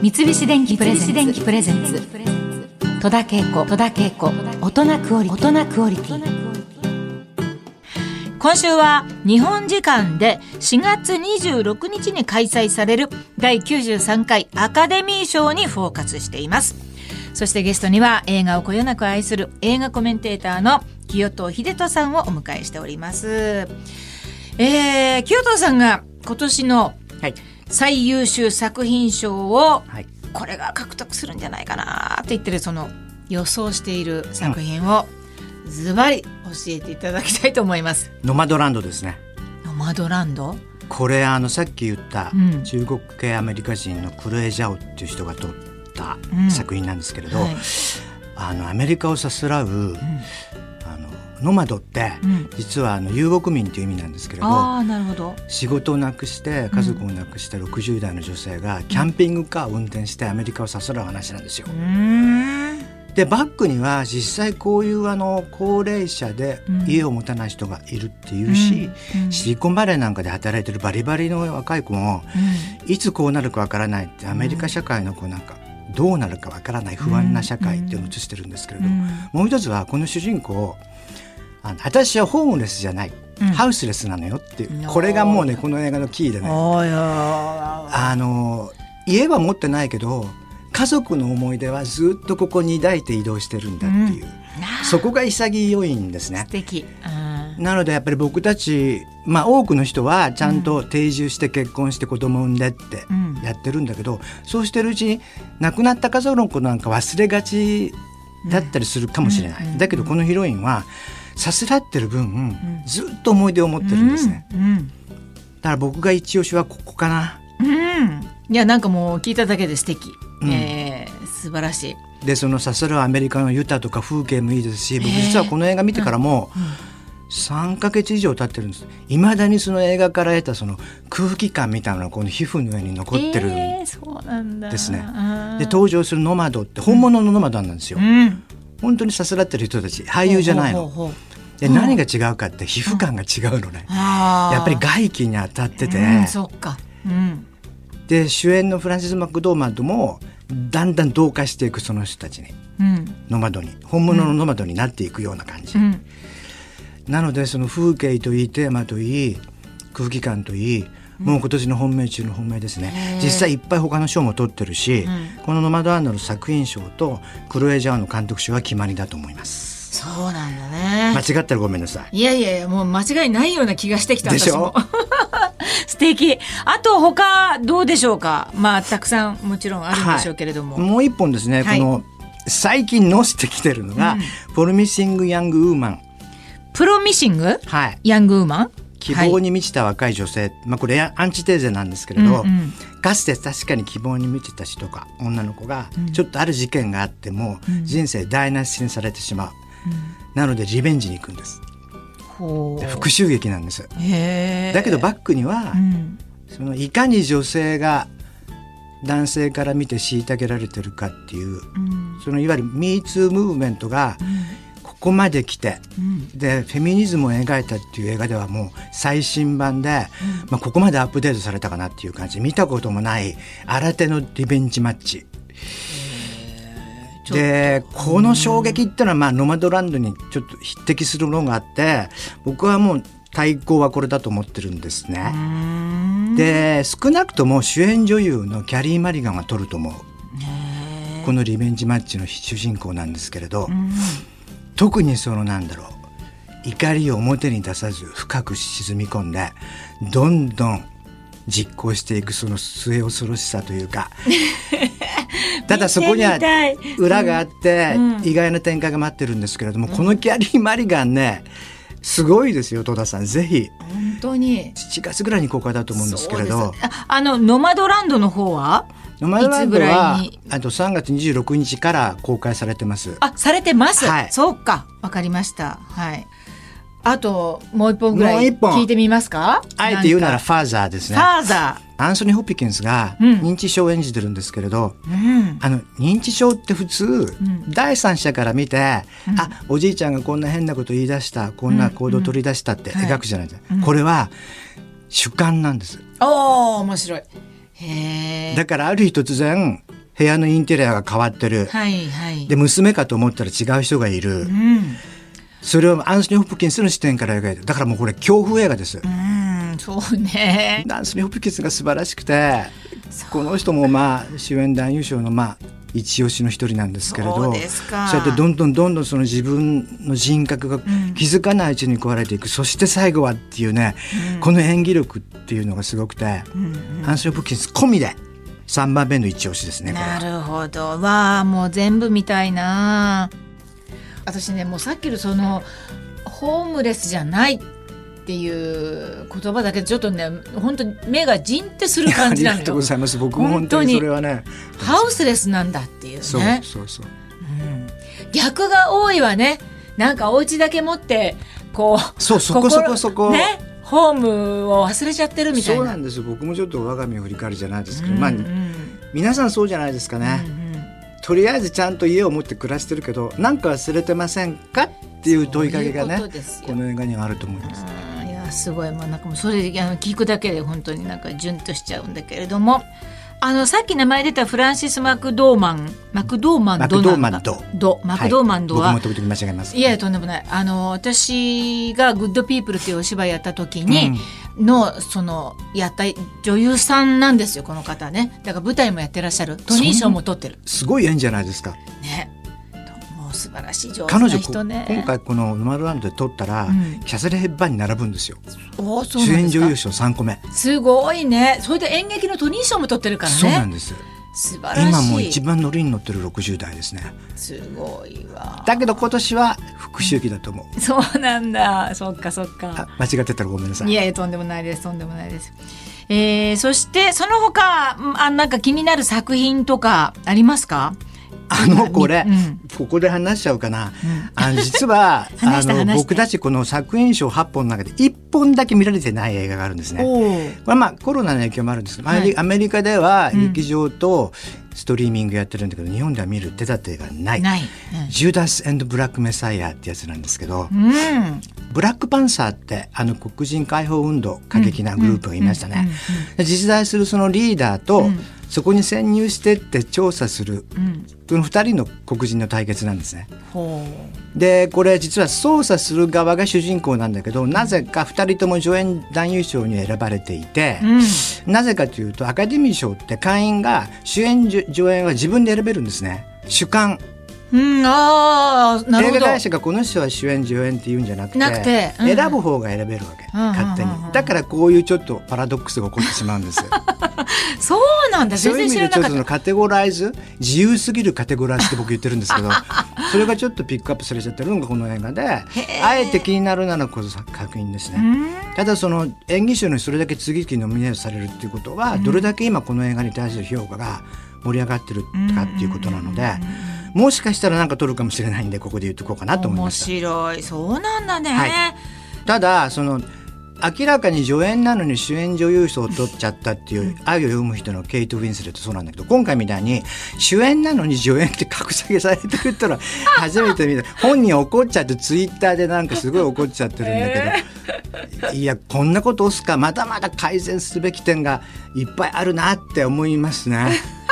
三菱電機プレゼンツ戸田恵子大人クオリティ。今週は日本時間で4月26日に開催される第93回アカデミー賞にフォーカスしています。そしてゲストには映画をこよなく愛する映画コメンテーターの清藤秀人さんをお迎えしております。清藤さんが今年の最優秀作品賞をこれが獲得するんじゃないかなって言ってる、その予想している作品をズバリ教えていただきたいと思います。 ノマドランドですね。 ノマドランド、 これさっき言った中国系アメリカ人のクルエ・ジャオっていう人が撮った作品なんですけれど、アメリカをさすらう、ノマドって、実は遊牧民という意味なんですけれど、 なるほど。 仕事をなくして家族をなくした60代の女性がキャンピングカーを運転してアメリカをさすらう話なんですよ。でバックには実際こういう高齢者で家を持たない人がいるっていうし、シリコンバレーなんかで働いてるバリバリの若い子も、いつこうなるかわからないって、アメリカ社会のなんかどうなるかわからない不安な社会っていうのを映してるんですけれど、もう一つはこの主人公、私はホームレスじゃない、ハウスレスなのよっていう、これがもうねこの映画のキーでね、家は持ってないけど家族の思い出はずっとここに抱いて移動してるんだっていう、そこが潔いんですね。 素敵。 なのでやっぱり僕たち、多くの人はちゃんと定住して結婚して子供産んでってやってるんだけど、そうしてるうちに亡くなった家族の子なんか忘れがちだったりするかもしれない、だけどこのヒロインはさすらってる分、ずっと思い出を持ってるんですね、だから僕が一押しはここかな。 いやなんかもう聞いただけで素敵、素晴らしい。 でそのさすらうアメリカのユタとか風景もいいですし、僕実はこの映画見てからも3ヶ月以上経ってるんです。いまだにその映画から得たその空気感みたいなのがこの皮膚の上に残ってるんですね。で登場するノマドって本物のノマドなんですよ、本当にさすらってる人たち、俳優じゃないの。で何が違うかって皮膚感が違うのね、やっぱり外気に当たってて、 そっか、 で主演のフランシス・マクドーマンドもだんだん同化していく、その人たちに、ノマドに、本物のノマドになっていくような感じ、なのでその風景といいテーマといい空気感といい、もう今年の本命中の本命ですね。実際いっぱい他の賞も取ってるし、このノマドランドの作品賞とクロエ・ジャオの監督賞は決まりだと思います。 そうなんだね。 間違ったらごめんなさい。 いやもう間違いないような気がしてきた。 でしょ素敵。あと他どうでしょうか。たくさんもちろんあるんでしょうけれども、 もう一本ですね、この最近のしてきてるのが、プロミシング・ヤング・ウーマン。 プロミシング、ヤング・ウーマン、 希望に満ちた若い女性、これアンチテーゼなんですけれど、かつて確かに希望に満ちた人が、女の子がちょっとある事件があっても、人生台無しにされてしまう、なのでリベンジに行くんです。で復讐劇なんです。だけどバックには、そのいかに女性が男性から見て虐げられてるかっていう、そのいわゆる MeToo ムーブメントがここまで来て、でフェミニズムを描いたっていう映画ではもう最新版で、ここまでアップデートされたかなっていう感じ、見たこともない新手のリベンジマッチで、この衝撃ってのはノマドランドにちょっと匹敵するものがあって、僕はもう対抗はこれだと思ってるんですね。で少なくとも主演女優のキャリー・マリガンが撮ると思う、このリベンジマッチの主人公なんですけれど、特にその怒りを表に出さず深く沈み込んでどんどん実行していくその末恐ろしさというかただそこには裏があって意外な展開が待ってるんですけれども、このキャリー・マリガンねすごいですよ。戸田さんぜひ。 本当に 7月ぐらいに公開だと思うんですけれど、 ノマドランドの方はノマドランドは3月26日から公開されてます。 されてます、そうか、わかりました。あともう一本ぐらい聞いてみますか。 あえて言うならファーザーですね。 ファーザー、 アンソニー・ホプキンスが認知症を演じてるんですけれど、認知症って普通、第三者から見て、おじいちゃんがこんな変なこと言い出した、こんな行動を取り出したって描くじゃないですか、これは主観なんです。 面白い。 だからある日突然部屋のインテリアが変わってる、 はいはい、 で娘かと思ったら違う人がいる、うん、それをアンソニー・ホプキンスの視点から描いてる。だからもうこれ恐怖映画です。 そうね、 アンソニー・ホプキンスが素晴らしくて、この人もまあ主演男優賞のまあ一押しの一人なんですけれど、そうやってどんどんその自分の人格が気づかないうちに壊れていく、そして最後はっていうね、この演技力っていうのがすごくて、アンソニー・ホプキンス込みで3番目の一押しですね。 なるほど。わあ、もう全部見たいな。私ね、もうさっきのそのホームレスじゃないっていう言葉だけでちょっとね、本当に目がジンってする感じなのよ。 ありがとうございます。僕も本当にそれはね、 ハウスレスなんだっていうね。 そう、 逆が多いわね。なんかお家だけ持ってこう、 そこね、ホームを忘れちゃってるみたいな。 そうなんですよ。僕もちょっと我が身を振り返るじゃないですけど、まあ皆さんそうじゃないですかね、とりあえずちゃんと家を持って暮らしてるけど、なんか忘れてませんかっていう問いかけがね、この映画にはあると思います。 いや、すごい、まあ、なんかもうそれ聞くだけで本当になんかジュンとしちゃうんだけれども、さっき名前出たフランシス・マクドーマンドは、 僕も時々間違えます。 いや、とんでもない。私がグッドピープルっていうお芝居やった時にの、そのやった女優さんなんですよ、この方ね。だから舞台もやってらっしゃる、トニー賞も取ってる、 すごい演じゃないですかね。もう素晴らしい上手な人ね。 今回このノマドランドで撮ったら、キャサリン・ヘッバーンに並ぶんですよ。 主演女優賞3個目。 すごいね。それで演劇のトニー賞も取ってるからね。 そうなんです。 素晴らしい。 今もう一番乗りに乗ってる60代ですね。 すごいわ。 だけど今年は復讐期だと思う。 そうなんだ。そっかそっか。 間違ってたらごめんなさい。 いやいや、とんでもないです、とんでもないです。そしてその他なんか気になる作品とかありますか？ これ、ここで話しちゃうかな、実は僕たちこの作品賞8本の中で1本だけ見られてない映画があるんですね。これまあコロナの影響もあるんですけど、アメリカでは劇場とストリーミングやってるんだけど、日本では見る手立てがない、ジュダス&ブラックメサイアってやつなんですけど、ブラックパンサーって黒人解放運動過激なグループがいましたね。実在するそのリーダーと、そこに潜入してって調査する、この2人の黒人の対決なんですね。でこれ実は捜査する側が主人公なんだけど、なぜか2人とも助演男優賞に選ばれていて、なぜかというとアカデミー賞って会員が主演助演は自分で選べるんですね。主観。 なるほど。 映画会社がこの人は主演助演って言うんじゃなくて、選ぶ方が選べるわけ、勝手に。だからこういうちょっとパラドックスが起こってしまうんですよ。 そうなんだ。 そういう意味でちょっとカテゴライズ、自由すぎるカテゴライズって僕言ってるんですけどそれがちょっとピックアップされちゃってるのがこの映画で、あえて気になるならこの作品ですね。ただその演技賞にそれだけ次々ノミネートされるっていうことは、どれだけ今この映画に対する評価が盛り上がってるかっていうことなので、もしかしたらなんか取るかもしれないんで、ここで言っておこうかなと思いました。 面白い。そうなんだね、 ただその明らかに助演なのに主演女優賞を取っちゃったっていう愛を読む人のケイト・ウィンスレットそうなんだけど、今回みたいに主演なのに助演って格下げされてるってのは初めて見た。本人怒っちゃってツイッターでなんかすごい怒っちゃってるんだけど、いやこんなこと押すか、まだまだ改善すべき点がいっぱいあるなって思いますね。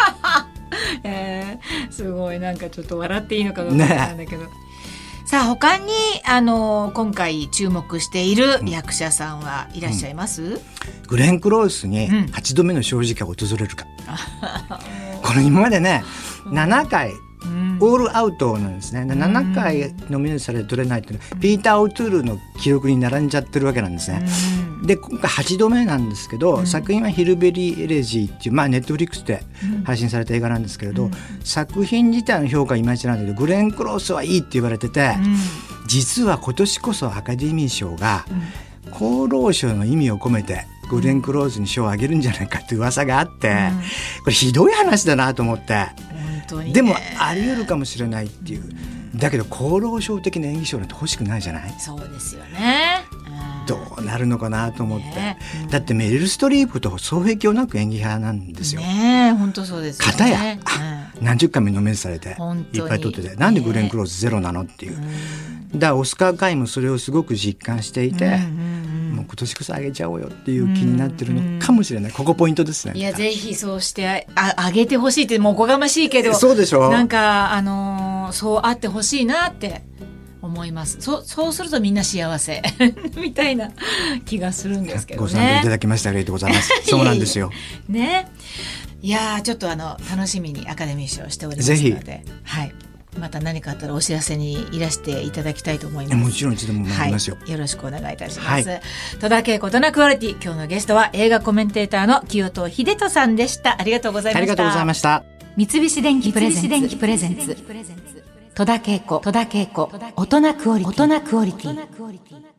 すごい、なんかちょっと笑っていいのかどうかなんだけど、さあ他に今回注目している役者さんはいらっしゃいます？ グレン・クロースに8度目の正直が訪れるか、これ今までね7回オールアウトなんですね。7回ノミネートされて取れないっていうのはピーター・オトゥールの記録に並んじゃってるわけなんですね。で今回8度目なんですけど、作品はヒルベリー・エレジーっていう、ネットフリックスで配信された映画なんですけれど、作品自体の評価はいまいちなんだけど、グレン・クロースはいいって言われてて、実は今年こそアカデミー賞が厚労省の意味を込めてグレン・クローズに賞をあげるんじゃないかって噂があって、これひどい話だなと思って、でもあり得るかもしれないっていう。だけど厚労省的な演技賞なんて欲しくないじゃない。 そうですよね。 どうなるのかなと思って、だってメリル・ストリープと双璧をなく演技派なんですよ。 本当そうですよね。 片や、何十回もノミネートされていっぱい取ってて、なんでグレン・クローズゼロなのっていう。だからオスカー・カイもそれをすごく実感していて、 もう今年こそあげちゃおうよっていう気になってるのかもしれない。ここポイントですね。 いや、ぜひそうしてあげてほしいって、もうおこがましいけど、 そうでしょ。 なんかそうあってほしいなって思います。そうするとみんな幸せみたいな気がするんですけどね。 ご賛同いただきましてありがとうございます。そうなんですよ。 ね。いやー、ちょっと楽しみにアカデミー賞しておりますので、はい。また何かあったらお知らせにいらしていただきたいと思います。 もちろんいつでも参りますよ。 はい、よろしくお願いいたします。戸田恵子戸田クオリティ、今日のゲストは映画コメンテーターの清戸秀人さんでした。ありがとうございました。 ありがとうございました。 三菱電機プレゼンツ戸田恵子大人クオリティ。